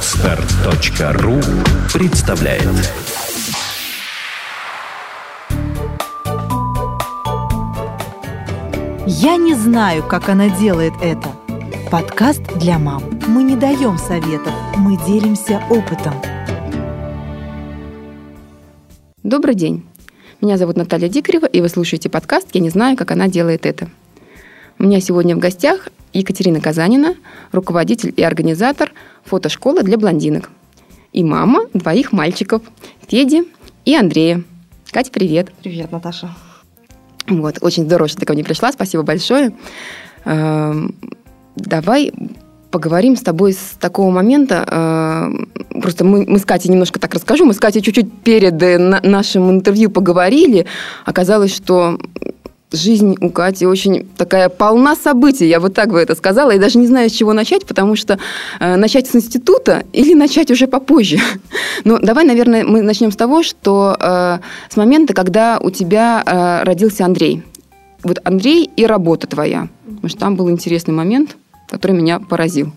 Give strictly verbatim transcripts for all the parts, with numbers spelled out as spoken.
Подстар точка ру представляет. Я не знаю, как она делает это. Подкаст для мам. Мы не даем советов, мы делимся опытом. Добрый день. Меня зовут Наталья Дикарева, и вы слушаете подкаст «Я не знаю, как она делает это». У меня сегодня в гостях Екатерина Казанина, руководитель и организатор фотошколы для блондинок. И мама двоих мальчиков, Феди и Андрея. Катя, привет. Привет, Наташа. Вот, очень здорово, что ты ко мне пришла. Спасибо большое. Давай поговорим с тобой с такого момента. Просто мы, мы с Катей немножко так расскажу. Мы с Катей чуть-чуть перед нашим интервью поговорили. Оказалось, что жизнь у Кати очень такая полна событий, я вот так бы это сказала, и даже не знаю, с чего начать, потому что э, начать с института или начать уже попозже. Ну, давай, наверное, мы начнем с того, что э, с момента, когда у тебя э, родился Андрей. Вот Андрей и работа твоя. Потому что там был интересный момент, который меня поразил.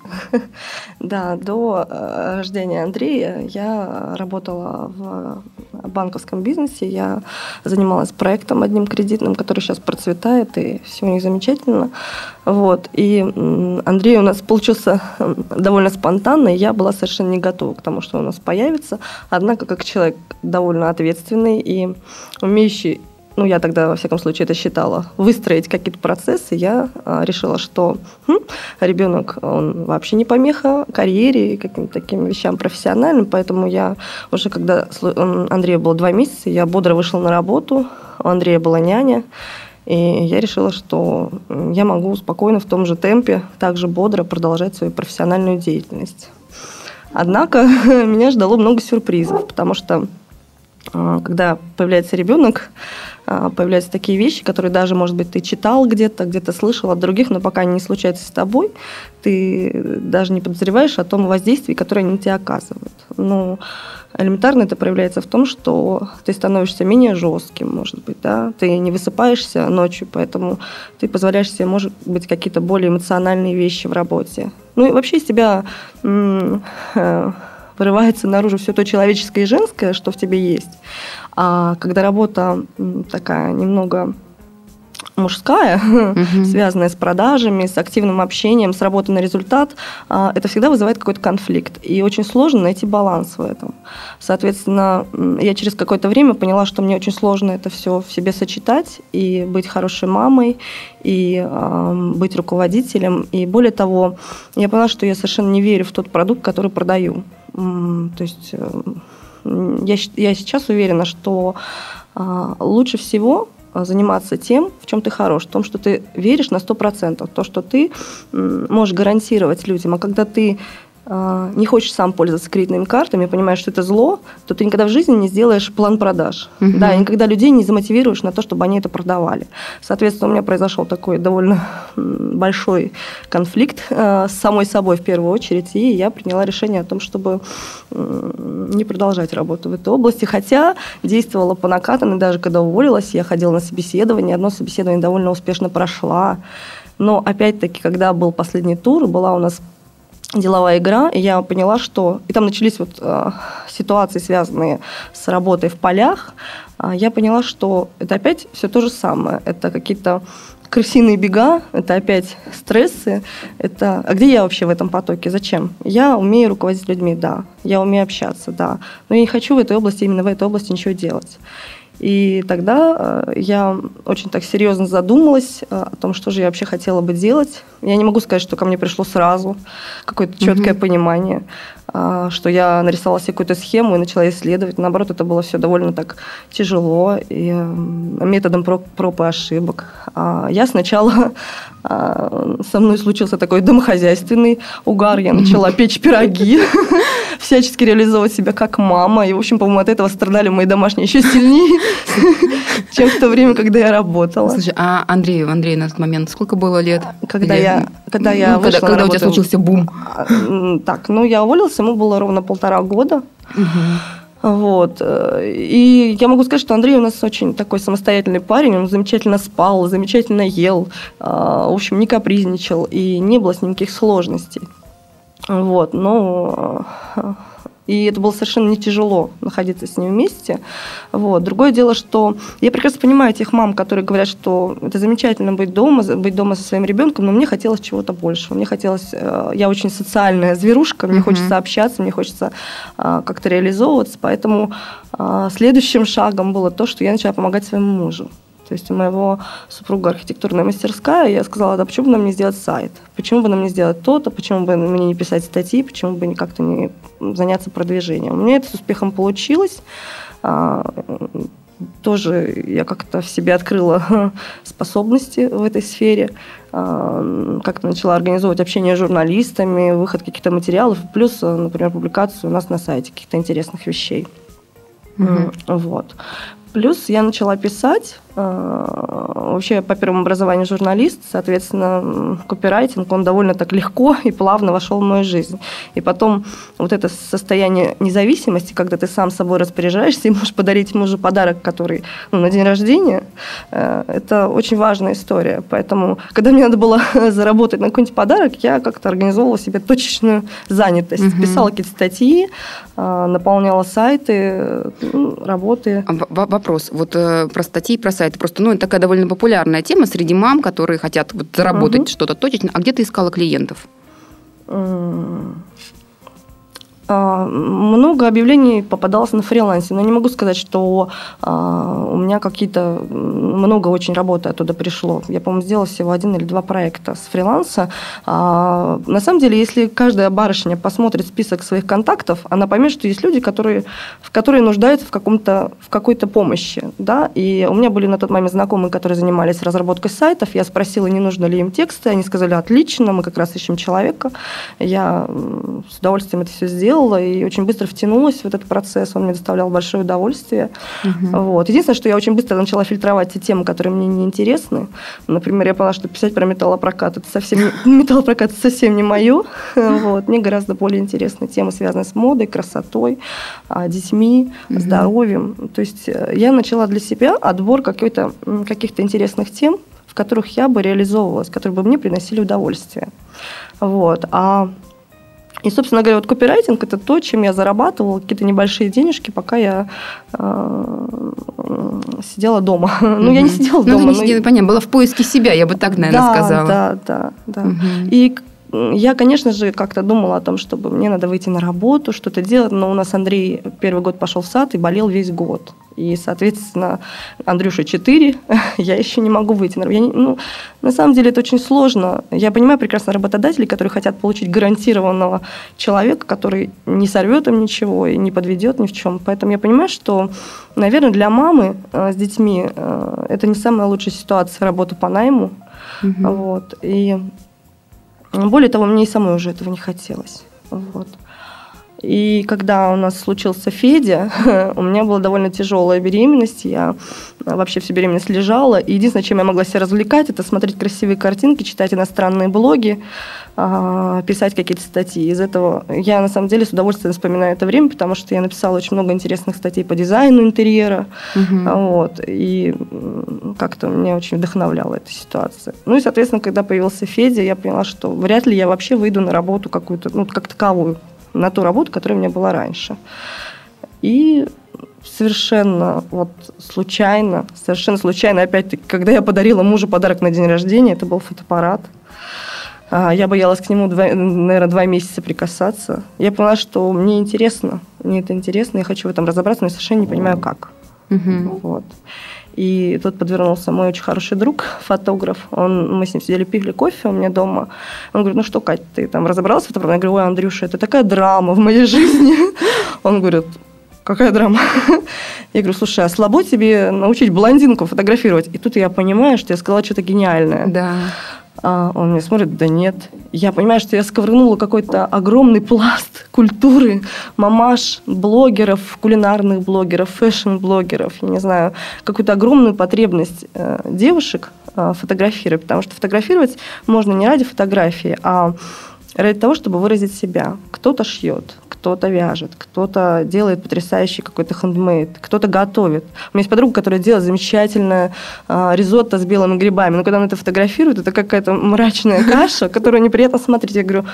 Да, до рождения Андрея я работала в банковском бизнесе. Я занималась проектом одним кредитным, который сейчас процветает, и все у них замечательно. Вот. И Андрей у нас получился довольно спонтанно, и я была совершенно не готова к тому, что у нас появится. Однако, как человек довольно ответственный и умеющий, ну, я тогда, во всяком случае, это считала, выстроить какие-то процессы, я а, решила, что хм, ребенок, он вообще не помеха карьере и каким-то таким вещам профессиональным, поэтому я уже, когда Андрею было два месяца, я бодро вышла на работу, у Андрея была няня, и я решила, что я могу спокойно в том же темпе, также бодро продолжать свою профессиональную деятельность. Однако меня ждало много сюрпризов, потому что когда появляется ребенок, появляются такие вещи, которые даже, может быть, ты читал где-то, где-то слышал от других, но пока они не случаются с тобой, ты даже не подозреваешь о том воздействии, которое они на тебя оказывают. Ну, элементарно это проявляется в том, что ты становишься менее жестким, может быть, да, ты не высыпаешься ночью, поэтому ты позволяешь себе, может быть, какие-то более эмоциональные вещи в работе. Ну и вообще из тебя м- э- вырывается наружу все то человеческое и женское, что в тебе есть. А когда работа такая немного мужская, uh-huh. связанная с продажами, с активным общением, с работой на результат, это всегда вызывает какой-то конфликт. И очень сложно найти баланс в этом. Соответственно, я через какое-то время поняла, что мне очень сложно это все в себе сочетать, и быть хорошей мамой, и э, быть руководителем. И более того, я поняла, что я совершенно не верю в тот продукт, который продаю. То есть я, я сейчас уверена, что э, лучше всего заниматься тем, в чем ты хорош, в том, что ты веришь на сто процентов, то, что ты можешь гарантировать людям. А когда ты э, не хочешь сам пользоваться кредитными картами, понимаешь, что это зло, то ты никогда в жизни не сделаешь план продаж. Uh-huh. Да, и никогда людей не замотивируешь на то, чтобы они это продавали. Соответственно, у меня произошел такой довольно большой конфликт э, с самой собой в первую очередь, и я приняла решение о том, чтобы э, не продолжать работу в этой области, хотя действовала по накатанной, даже когда уволилась, я ходила на собеседование, одно собеседование довольно успешно прошла, но опять-таки, когда был последний тур, была у нас деловая игра, и я поняла, что... И там начались вот э, ситуации, связанные с работой в полях. Э, я поняла, что это опять все то же самое. Это какие-то крысиные бега, это опять стрессы. Это... А где я вообще в этом потоке? Зачем? Я умею руководить людьми, да. Я умею общаться, да. Но я не хочу в этой области, именно в этой области ничего делать. И тогда э, я очень так серьезно задумалась э, о том, что же я вообще хотела бы делать. Я не могу сказать, что ко мне пришло сразу какое-то четкое mm-hmm. понимание, э, что я нарисовала себе какую-то схему и начала исследовать. Наоборот, это было все довольно так тяжело, и э, методом проб, проб и ошибок. А я сначала... э, со мной случился такой домохозяйственный угар. Я начала mm-hmm. печь пироги, всячески реализовывать себя как мама. И, в общем, по-моему, от этого страдали мои домашние еще сильнее, чем в то время, когда я работала. Слушай, а Андрею, Андрею на тот момент сколько было лет? Когда Или... я, когда я ну, вышла когда, когда у тебя случился бум? Так, ну, я уволилась, ему было ровно полтора года. Угу. Вот. И я могу сказать, что Андрей у нас очень такой самостоятельный парень, он замечательно спал, замечательно ел, в общем, не капризничал, и не было с ним никаких сложностей. Вот, но... И это было совершенно не тяжело находиться с ним вместе. Вот. Другое дело, что я прекрасно понимаю тех мам, которые говорят, что это замечательно быть дома, быть дома со своим ребенком, но мне хотелось чего-то большего. Мне хотелось... Я очень социальная зверушка, мне uh-huh. хочется общаться, мне хочется как-то реализовываться. Поэтому следующим шагом было то, что я начала помогать своему мужу. То есть у моего супруга архитектурная мастерская, я сказала, да почему бы нам не сделать сайт? Почему бы нам не сделать то-то? Почему бы мне не писать статьи? Почему бы как-то не заняться продвижением? У меня это с успехом получилось. Тоже я как-то в себе открыла способности в этой сфере. Как-то начала организовывать общение с журналистами, выход каких-то материалов, плюс, например, публикацию у нас на сайте каких-то интересных вещей. Mm-hmm. Вот. Плюс я начала писать. Вообще, по первому образованию журналист, соответственно, копирайтинг, он довольно так легко и плавно вошел в мою жизнь. И потом вот это состояние независимости, когда ты сам собой распоряжаешься и можешь подарить мужу подарок, который ну, на день рождения, это очень важная история. Поэтому, когда мне надо было заработать на какой-нибудь подарок, я как-то организовывала себе точечную занятость. Угу. Писала какие-то статьи, наполняла сайты, работы. Вопрос. Вот э, про статьи, про сайты. Просто, ну, это такая довольно популярная тема среди мам, которые хотят вот, заработать угу. что-то точечно. А где ты искала клиентов? Много объявлений попадалось на фрилансе, но не могу сказать, что а, у меня какие-то много очень работы оттуда пришло. Я, по-моему, сделала всего один или два проекта с фриланса. А, на самом деле, если каждая барышня посмотрит список своих контактов, она поймет, что есть люди, которые, в которые нуждаются в, каком-то, в какой-то помощи. Да? И у меня были на тот момент знакомые, которые занимались разработкой сайтов. Я спросила, не нужно ли им тексты. Они сказали, отлично, мы как раз ищем человека. Я с удовольствием это все сделала. И очень быстро втянулась в этот процесс, он мне доставлял большое удовольствие. Uh-huh. Вот. Единственное, что я очень быстро начала фильтровать те темы, которые мне не интересны. Например, я поняла, что писать про металлопрокат это совсем не, металлопрокат это совсем не мое. Вот. Мне гораздо более интересны темы, связанные с модой, красотой, детьми, uh-huh. здоровьем. То есть я начала для себя отбор каких-то интересных тем, в которых я бы реализовывалась, которые бы мне приносили удовольствие. Вот. А И, собственно говоря, вот копирайтинг – это то, чем я зарабатывала какие-то небольшие денежки, пока я э, сидела дома. Mm-hmm. Ну, я не сидела ну, дома. Ну, не сидела, понятно, была в поиске себя, я бы так, наверное, да, сказала. Да, да, да. Mm-hmm. И я, конечно же, как-то думала о том, чтобы мне надо выйти на работу, что-то делать, но у нас Андрей первый год пошел в сад и болел весь год. И, соответственно, Андрюше четыре, я еще не могу выйти на работу. Ну, на самом деле это очень сложно. Я понимаю прекрасно работодателей, которые хотят получить гарантированного человека, который не сорвет им ничего и не подведет ни в чем. Поэтому я понимаю, что, наверное, для мамы э, с детьми э, это не самая лучшая ситуация работы по найму. Угу. Вот. И более того, мне и самой уже этого не хотелось. Вот. И когда у нас случился Федя, у меня была довольно тяжелая беременность, я вообще всю беременность лежала, и единственное, чем я могла себя развлекать, это смотреть красивые картинки, читать иностранные блоги, писать какие-то статьи. Из этого я, на самом деле, с удовольствием вспоминаю это время, потому что я написала очень много интересных статей по дизайну интерьера, угу. вот, и как-то меня очень вдохновляла эта ситуация. Ну и, соответственно, когда появился Федя, я поняла, что вряд ли я вообще выйду на работу какую-то, ну, как таковую, на ту работу, которая у меня была раньше. И совершенно вот случайно, совершенно случайно, опять-таки, когда я подарила мужу подарок на день рождения, это был фотоаппарат. Я боялась к нему, два, наверное, два месяца прикасаться. Я поняла, что мне интересно, мне это интересно, я хочу в этом разобраться, но я совершенно не понимаю, как. Угу. Вот. И тут подвернулся мой очень хороший друг, фотограф. Он, мы с ним сидели, пили кофе у меня дома. Он говорит, ну что, Кать, ты там разобралась в фотографии? Я говорю, ой, Андрюша, это такая драма в моей жизни. Он говорит, какая драма? Я говорю, слушай, а слабо тебе научить блондинку фотографировать? И тут я понимаю, что я сказала что-то гениальное. Да. А он мне смотрит, да нет. Я понимаю, что я сковырнула какой-то огромный пласт культуры, мамаш, блогеров, кулинарных блогеров, фэшн-блогеров, я не знаю, какую-то огромную потребность э, девушек э, фотографировать, потому что фотографировать можно не ради фотографии, а ради того, чтобы выразить себя. Кто-то шьет, кто-то вяжет, кто-то делает потрясающий какой-то хендмейд, кто-то готовит. У меня есть подруга, которая делает замечательное э, ризотто с белыми грибами. Но когда она это фотографирует, это какая-то мрачная каша, которую неприятно смотреть. Я говорю,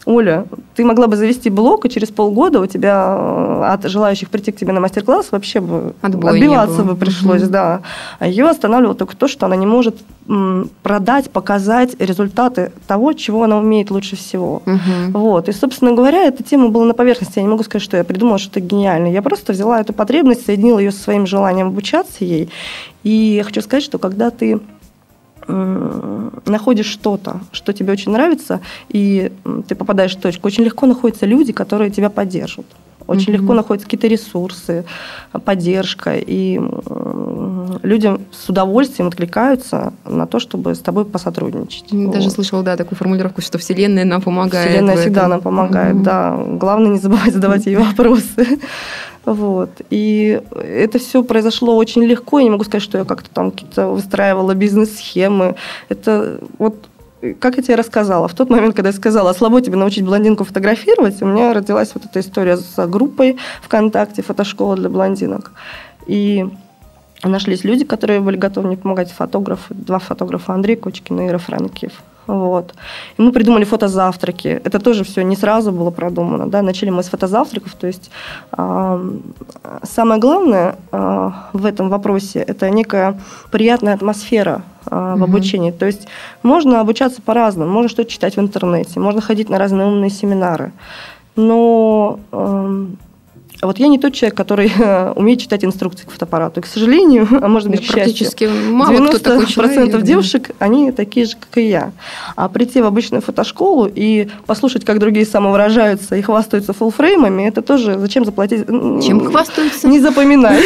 Оля, ты могла бы завести блог, и через полгода у тебя от желающих прийти к тебе на мастер-класс вообще бы Отбой отбиваться бы пришлось, угу. да. А ее останавливало только то, что она не может продать, показать результаты того, чего она умеет лучше всего. Угу. Вот. И, собственно говоря, эта тема была на поверхности. Я не могу сказать, что я придумала что-то гениальное. Я просто взяла эту потребность, соединила ее со своим желанием обучаться ей. И я хочу сказать, что когда ты находишь что-то, что тебе очень нравится, и ты попадаешь в точку, очень легко находятся люди, которые тебя поддержат. Очень mm-hmm. легко находятся какие-то ресурсы, поддержка, и людям с удовольствием откликаются на то, чтобы с тобой посотрудничать. Даже вот. Слышала, да, такую формулировку, что Вселенная нам помогает. Вселенная всегда нам помогает, mm-hmm. да. Главное не забывать задавать ей вопросы. Вот. И это все произошло очень легко. Я не могу сказать, что я как-то там какие-то выстраивала бизнес-схемы. Это вот, как я тебе рассказала, в тот момент, когда я сказала, слабо тебе научить блондинку фотографировать, у меня родилась вот эта история с группой ВКонтакте «Фотошкола для блондинок». И нашлись люди, которые были готовы мне помогать, фотографы, два фотографа, Андрей Кочкин и Ира Франкиев. Вот. И мы придумали фотозавтраки. Это тоже все не сразу было продумано. Да? Начали мы с фотозавтраков. То есть э, самое главное э, в этом вопросе – это некая приятная атмосфера э, mm-hmm. в обучении. То есть можно обучаться по-разному. Можно что-то читать в интернете, можно ходить на разные умные семинары. Но... Э, Вот я не тот человек, который умеет читать инструкции к фотоаппарату. И, к сожалению, а может быть, да, к практически счастью, мало кто такой человек, девяносто процентов да. девушек, они такие же, как и я. А прийти в обычную фотошколу и послушать, как другие самовыражаются и хвастаются фуллфреймами, это тоже зачем заплатить? Чем хвастаются? Не запоминай.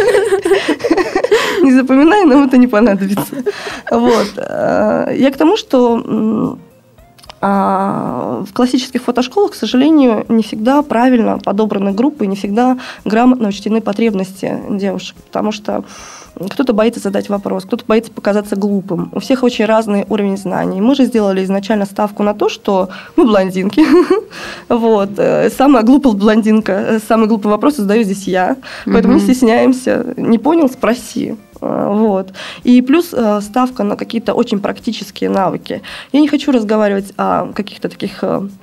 Не запоминай, нам это не понадобится. Вот. Я к тому, что... А в классических фотошколах, к сожалению, не всегда правильно подобраны группы, не всегда грамотно учтены потребности девушек, потому что кто-то боится задать вопрос, кто-то боится показаться глупым. У всех очень разный уровень знаний. Мы же сделали изначально ставку на то, что мы блондинки. Вот. Самая глупая блондинка, самый глупый вопрос задаю здесь я. Поэтому не стесняемся. Не понял, спроси. Вот. И плюс ставка на какие-то очень практические навыки. Я не хочу разговаривать о каких-то таких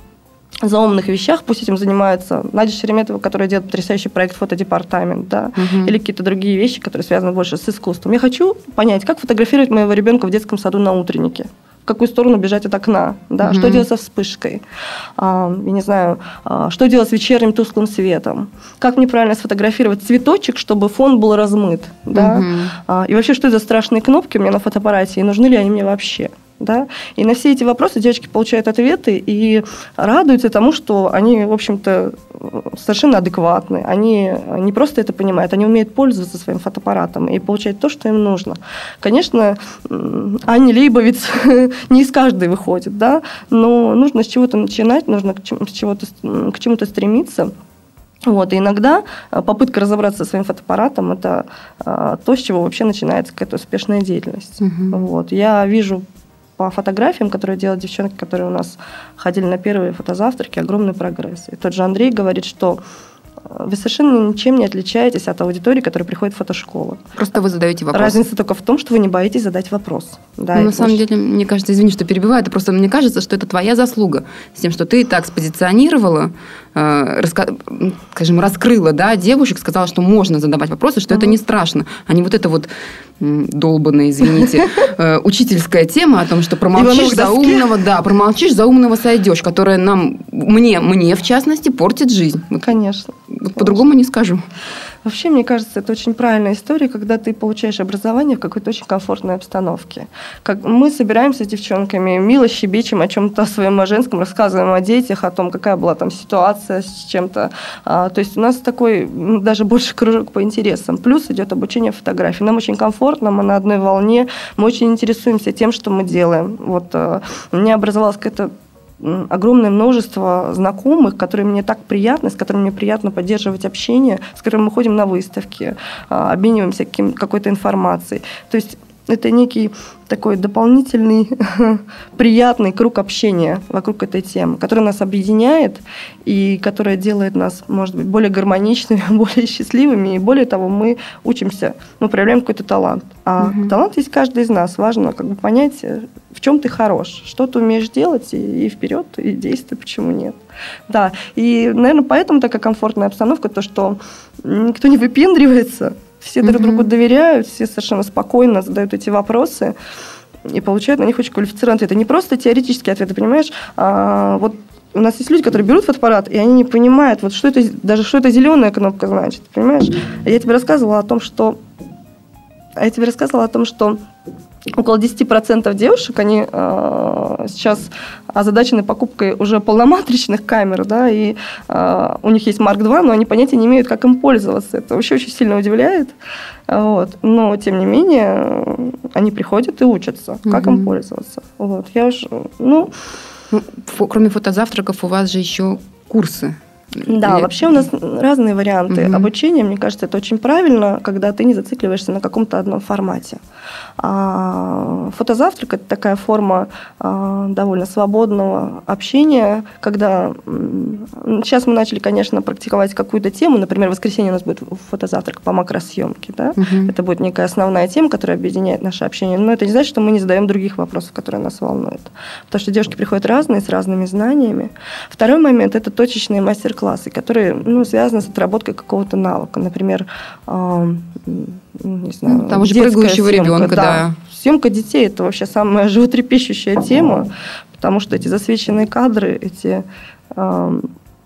заумных вещах, пусть этим занимается Надя Шереметова, которая делает потрясающий проект «Фотодепартамент», да, угу. или какие-то другие вещи, которые связаны больше с искусством. Я хочу понять, как фотографировать моего ребенка в детском саду на утреннике, в какую сторону бежать от окна, да, угу. что делать со вспышкой, а, я не знаю, а, что делать с вечерним тусклым светом, как мне правильно сфотографировать цветочек, чтобы фон был размыт, да, угу. а, и вообще, что это за страшные кнопки у меня на фотоаппарате, и нужны ли они мне вообще. Да? И на все эти вопросы девочки получают ответы и радуются тому, что они, в общем-то, совершенно адекватны. Они не просто это понимают, они умеют пользоваться своим фотоаппаратом и получать то, что им нужно. Конечно, Анне Лейбовиц не из каждой выходит, да? Но нужно с чего-то начинать, нужно к чему-то, к чему-то стремиться. Вот, и иногда попытка разобраться со своим фотоаппаратом – это то, с чего вообще начинается какая-то успешная деятельность. Угу. Вот. Я вижу по фотографиям, которые делают девчонки, которые у нас ходили на первые фотозавтраки, огромный прогресс. И тот же Андрей говорит, что вы совершенно ничем не отличаетесь от аудитории, которая приходит в фотошколу. Просто вы задаете вопрос. Разница только в том, что вы не боитесь задать вопрос. Да, ну, на самом деле, мне кажется, извини, что перебиваю, это просто мне кажется, что это твоя заслуга с тем, что ты так спозиционировала, э, раска... скажем, раскрыла, да, девушек, сказала, что можно задавать вопросы, что mm-hmm. это не страшно, а не вот это вот долбанная, извините, э, учительская тема о том, что промолчишь за умного, да, промолчишь за умного сойдешь, которая нам, мне, мне в частности, портит жизнь. Конечно. Вот по-другому не скажу. Вообще, мне кажется, это очень правильная история, когда ты получаешь образование в какой-то очень комфортной обстановке. Как мы собираемся с девчонками, мило щебечем о чем-то своем, о женском, рассказываем о детях, о том, какая была там ситуация с чем-то. А, то есть у нас такой даже больше кружок по интересам. Плюс идет обучение фотографии. Нам очень комфортно, мы на одной волне, мы очень интересуемся тем, что мы делаем. Вот а, у меня образовалась какая-то огромное множество знакомых, которые мне так приятны, с которыми мне приятно поддерживать общение, с которыми мы ходим на выставки, обмениваемся какой-то информацией. То есть это некий такой дополнительный приятный круг общения вокруг этой темы, который нас объединяет и которая делает нас, может быть, более гармоничными, более счастливыми. И более того, мы учимся, мы проявляем какой-то талант. А угу. талант есть каждый из нас. Важно как бы понять, в чем ты хорош, что ты умеешь делать, и, и вперед, и действуй, почему нет. Да, и, наверное, поэтому такая комфортная обстановка, то, что никто не выпендривается, все друг другу доверяют, все совершенно спокойно задают эти вопросы и получают на них очень квалифицированные ответы. Не просто теоретические ответы, понимаешь? А, вот у нас есть люди, которые берут фотоаппарат, и они не понимают, вот что это, даже что это зеленая кнопка значит, понимаешь? Я тебе рассказывала о том, что... Я тебе рассказывала о том, что около десять процентов девушек, они э, сейчас озадачены покупкой уже полноматричных камер, да, и э, у них есть Марк два, но они понятия не имеют, как им пользоваться. Это вообще очень сильно удивляет. Вот. Но, тем не менее, они приходят и учатся, как mm-hmm. им пользоваться. Вот. Я уже, ну... ну, кроме фотозавтраков у вас же еще курсы. Да, Или... вообще у нас разные варианты угу. обучения. Мне кажется, это очень правильно, когда ты не зацикливаешься на каком-то одном формате. А фотозавтрак – это такая форма а, довольно свободного общения, когда сейчас мы начали, конечно, практиковать какую-то тему. Например, в воскресенье у нас будет фотозавтрак по макросъемке. Да? Угу. Это будет некая основная тема, которая объединяет наше общение. Но это не значит, что мы не задаем других вопросов, которые нас волнуют. Потому что девушки приходят разные, с разными знаниями. Второй момент – это точечные мастер-классы, которые ну, связаны с отработкой какого-то навыка. Например, э, не знаю, там уже прыгающего съемка, ребенка, да. да. Съемка детей – это вообще самая животрепещущая тема, потому что эти засвеченные кадры, эти, э,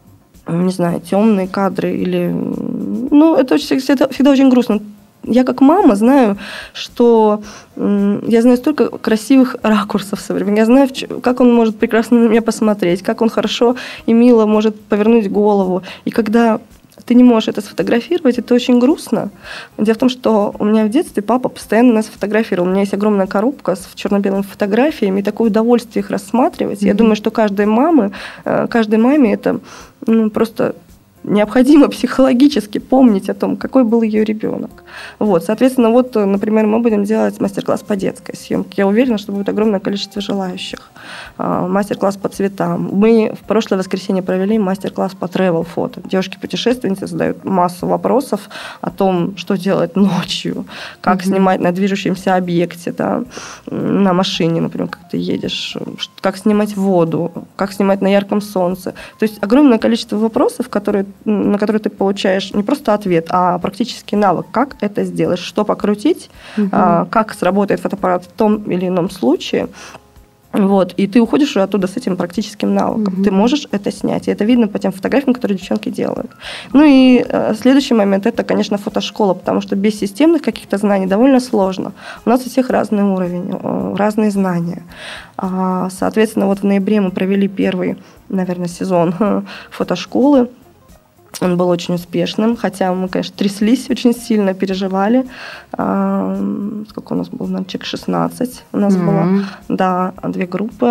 не знаю, темные кадры, или, ну, это всегда, всегда очень грустно. Я как мама знаю, что я знаю столько красивых ракурсов современных. Я знаю, как он может прекрасно на меня посмотреть, как он хорошо и мило может повернуть голову. И когда ты не можешь это сфотографировать, это очень грустно. Дело в том, что у меня в детстве папа постоянно нас фотографировал. У меня есть огромная коробка с черно-белыми фотографиями, и такое удовольствие их рассматривать. Mm-hmm. Я думаю, что каждой мамы, каждой маме это ну, просто... необходимо психологически помнить о том, какой был ее ребенок. Вот, соответственно, вот, например, мы будем делать мастер-класс по детской съемке. Я уверена, что будет огромное количество желающих. Мастер-класс по цветам. Мы в прошлое воскресенье провели мастер-класс по travel-фото. Девушки-путешественницы задают массу вопросов о том, что делать ночью, как mm-hmm. снимать на движущемся объекте, да, на машине, например, как ты едешь, как снимать воду, как снимать на ярком солнце. То есть огромное количество вопросов, которые на которые ты получаешь не просто ответ, а практически навык, как это сделать, что покрутить, угу. а, как сработает фотоаппарат в том или ином случае. Вот, и ты уходишь уже оттуда с этим практическим навыком. Угу. Ты можешь это снять. И это видно по тем фотографиям, которые девчонки делают. Ну и э, следующий момент – это, конечно, фотошкола, потому что без системных каких-то знаний довольно сложно. У нас у всех разный уровень, э, разные знания. А, соответственно, вот в ноябре мы провели первый, наверное, сезон э, фотошколы. Он был очень успешным, хотя мы, конечно, тряслись очень сильно, переживали. А, сколько у нас было? Наверное, человек шестнадцать у нас mm-hmm. было. Да, две группы.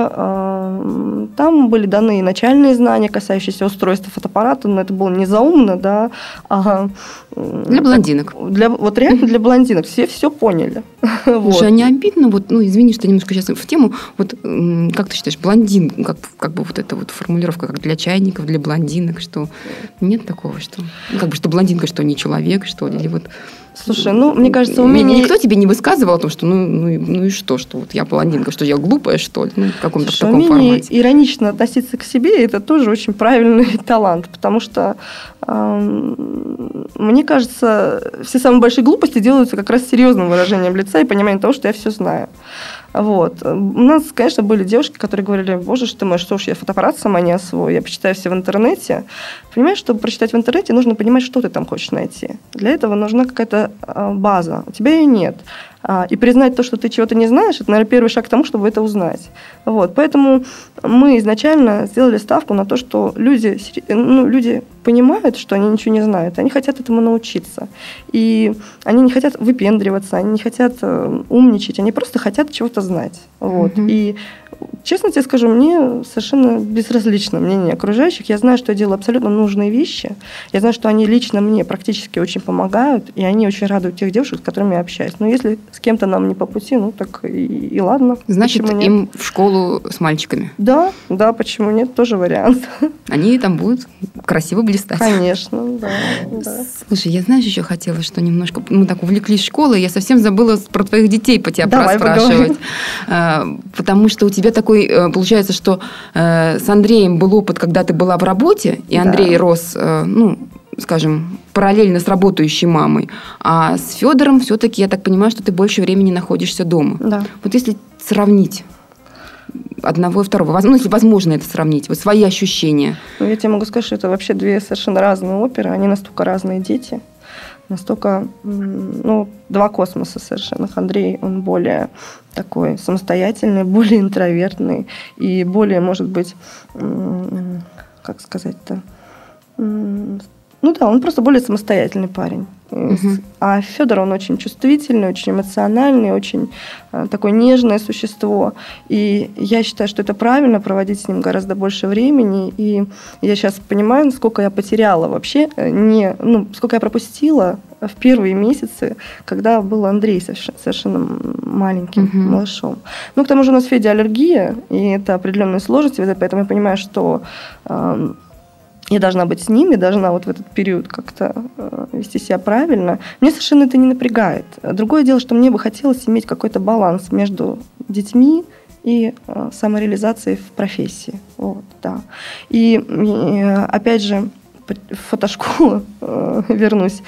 А, там были даны начальные знания, касающиеся устройства фотоаппарата, но это было не заумно, да. А, для блондинок. Для, вот реально для блондинок. Все все поняли. Слушай, а не обидно, вот, ну, извини, что немножко сейчас в тему, вот как ты считаешь, блондин, как, как бы вот эта вот формулировка, как для чайников, для блондинок, что нет такого, что ну, как бы что блондинка, что не человек, что или вот. Слушай, ну мне кажется, у меня никто тебе не высказывал о том, что ну ну и, ну и что, что вот я блондинка, что я глупая, что ли, ну в каком-то Слушай, таком умение формате. Иронично относиться к себе, это тоже очень правильный талант, потому что э, мне кажется, все самые большие глупости делаются как раз серьезным выражением лица и пониманием того, что я все знаю. Вот. У нас, конечно, были девушки, которые говорили: боже ж ты мой, что ж, я фотоаппарат сама не освою, я почитаю все в интернете. Понимаешь, чтобы прочитать в интернете, нужно понимать, что ты там хочешь найти. Для этого нужна какая-то база. У тебя ее нет. И признать то, что ты чего-то не знаешь, это, наверное, первый шаг к тому, чтобы это узнать. Вот. Поэтому мы изначально сделали ставку на то, что люди, ну, люди понимают, что они ничего не знают, они хотят этому научиться. И они не хотят выпендриваться, они не хотят умничать, они просто хотят чего-то знать. Вот. Mm-hmm. И честно тебе скажу, мне совершенно безразлично мнение окружающих. Я знаю, что я делаю абсолютно нужные вещи. Я знаю, что они лично мне практически очень помогают, и они очень радуют тех девушек, с которыми я общаюсь. Но если с кем-то нам не по пути, ну так и, и ладно. Значит, им в школу с мальчиками? Да, да, почему нет, тоже вариант. Они там будут красиво блистать. Конечно, да, да. Слушай, я, знаешь, еще хотела, что немножко... Мы так увлеклись школой, я совсем забыла про твоих детей по тебя Давай проспрашивать. Поговорим. Потому что у тебя такой... Получается, что с Андреем был опыт, когда ты была в работе, и Андрей да. рос, ну, скажем, параллельно с работающей мамой. А с Федором все-таки, я так понимаю, что ты больше времени находишься дома. Да. Вот если сравнить одного и второго, ну, если возможно это сравнить, вот свои ощущения. Ну, я тебе могу сказать, что это вообще две совершенно разные оперы, они настолько разные дети, настолько, ну, два космоса совершенно. Андрей, он более такой самостоятельный, более интровертный и более, может быть, как сказать-то, ну да, он просто более самостоятельный парень. Uh-huh. А Федор, он очень чувствительный, очень эмоциональный, очень э, такое нежное существо. И я считаю, что это правильно, проводить с ним гораздо больше времени. И я сейчас понимаю, насколько я потеряла вообще, не, ну, сколько я пропустила в первые месяцы, когда был Андрей совершенно, совершенно маленьким uh-huh. малышом. Ну, к тому же у нас с Федей аллергия, и это определенные сложности, поэтому я понимаю, что... Э, я должна быть с ними, должна вот в этот период как-то э, вести себя правильно. Мне совершенно это не напрягает. Другое дело, что мне бы хотелось иметь какой-то баланс между детьми и э, самореализацией в профессии. Вот, да. И, и опять же, в фотошколу э, вернусь.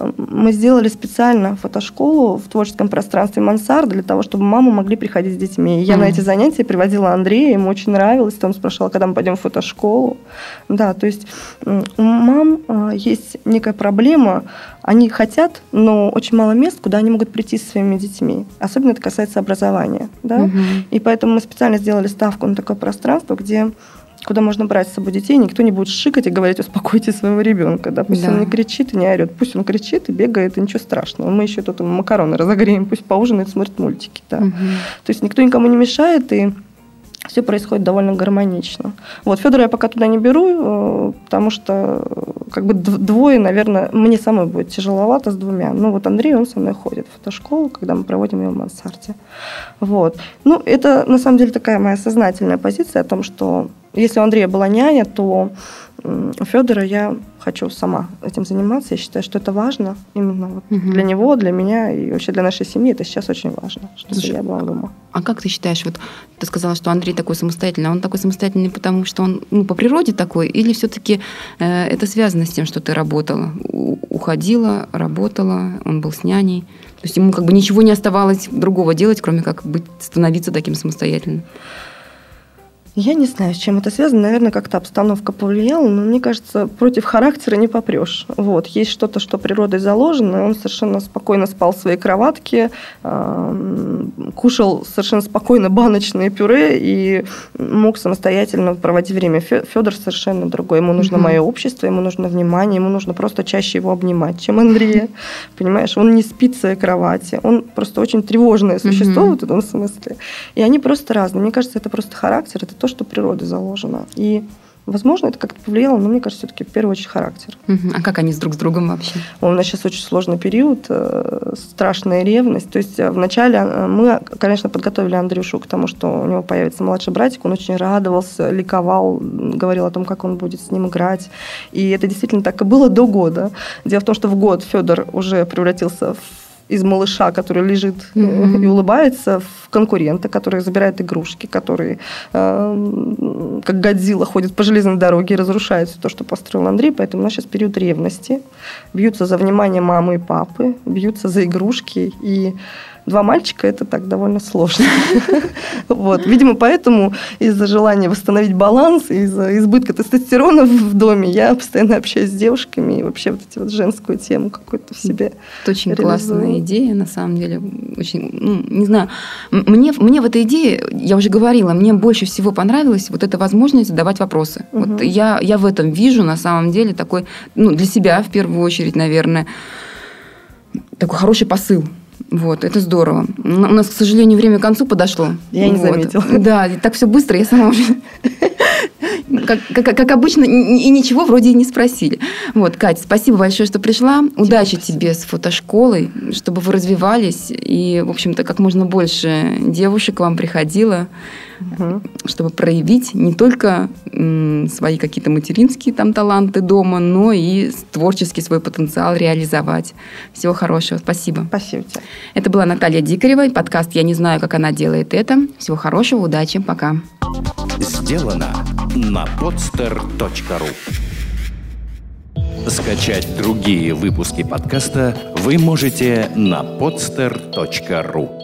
Мы сделали специально фотошколу в творческом пространстве «Мансарда» для того, чтобы мамы могли приходить с детьми. И я mm-hmm. на эти занятия приводила Андрея, ему очень нравилось. Он спрашивал, когда мы пойдем в фотошколу. Да, то есть у мам э, есть некая проблема. Они хотят, но очень мало мест, куда они могут прийти со своими детьми. Особенно это касается образования. Да? Mm-hmm. И поэтому мы специально сделали ставку на такое пространство, где куда можно брать с собой детей, никто не будет шикать и говорить: успокойте своего ребенка, да, пусть да. он не кричит и не орет, пусть он кричит и бегает, и ничего страшного. Мы еще тут ему макароны разогреем, пусть поужинает, смотрит мультики, да. Угу. То есть никто никому не мешает, и все происходит довольно гармонично. Вот, Федора я пока туда не беру, потому что как бы двое, наверное, мне самой будет тяжеловато с двумя. Ну вот Андрей, он со мной ходит в фотошколу, когда мы проводим ее в мансарде. Вот. Ну, это на самом деле такая моя сознательная позиция о том, что если у Андрея была няня, то у Федора я хочу сама этим заниматься. Я считаю, что это важно именно вот угу. для него, для меня и вообще для нашей семьи. Это сейчас очень важно, чтобы Слушай, я была дома. А как ты считаешь, вот ты сказала, что Андрей такой самостоятельный, а он такой самостоятельный, потому что он ну, по природе такой, или все-таки э, это связано с тем, что ты работала, у- уходила, работала, он был с няней? То есть ему как бы ничего не оставалось другого делать, кроме как быть, становиться таким самостоятельным? Я не знаю, с чем это связано. Наверное, как-то обстановка повлияла, но мне кажется, против характера не попрешь. Вот. Есть что-то, что природой заложено. Он совершенно спокойно спал в своей кроватке, кушал совершенно спокойно баночное пюре и мог самостоятельно проводить время. Федор совершенно другой. Ему нужно mm-hmm. мое общество, ему нужно внимание, ему нужно просто чаще его обнимать, чем Андрея. Понимаешь, он не спит в своей кровати. Он просто очень тревожное существо mm-hmm. в этом смысле. И они просто разные. Мне кажется, это просто характер, это то, что природой заложено. И, возможно, это как-то повлияло, но мне кажется, все-таки в первую очередь характер. Uh-huh. А как они с друг с другом вообще? У нас сейчас очень сложный период, страшная ревность. То есть вначале мы, конечно, подготовили Андрюшу к тому, что у него появится младший братик. Он очень радовался, ликовал, говорил о том, как он будет с ним играть. И это действительно так и было до года. Дело в том, что в год Федор уже превратился в из малыша, который лежит mm-hmm. и улыбается, в конкурента, который забирает игрушки, который э, как Годзилла ходит по железной дороге и разрушает все то, что построил Андрей. Поэтому у нас сейчас период ревности. Бьются за внимание мамы и папы, бьются за игрушки. И два мальчика – это так довольно сложно. Вот. Видимо, поэтому из-за желания восстановить баланс, из-за избытка тестостерона в доме я постоянно общаюсь с девушками и вообще вот эти вот женскую тему какую-то в себе это очень реализую. Классная идея, на самом деле. Очень, ну, не знаю, мне, мне в этой идее, я уже говорила, мне больше всего понравилась вот эта возможность задавать вопросы. Угу. Вот я, я в этом вижу, на самом деле, такой, ну, для себя в первую очередь, наверное, такой хороший посыл. Вот, это здорово. У нас, к сожалению, время к концу подошло. Я не вот. заметила. Да, так все быстро, я сама уже как, как, как обычно, и ничего вроде и не спросили. Вот, Катя, спасибо большое, что пришла. Тебе Удачи спасибо. тебе с фотошколой, чтобы вы развивались, и, в общем-то, как можно больше девушек к вам приходило, угу. чтобы проявить не только м, свои какие-то материнские там таланты дома, но и творческий свой потенциал реализовать. Всего хорошего. Спасибо. Спасибо тебе. Это была Наталья Дикарева, подкаст «Я не знаю, как она делает это». Всего хорошего, удачи, пока. Сделано на podster точка ру. Скачать другие выпуски подкаста вы можете на podster точка ру.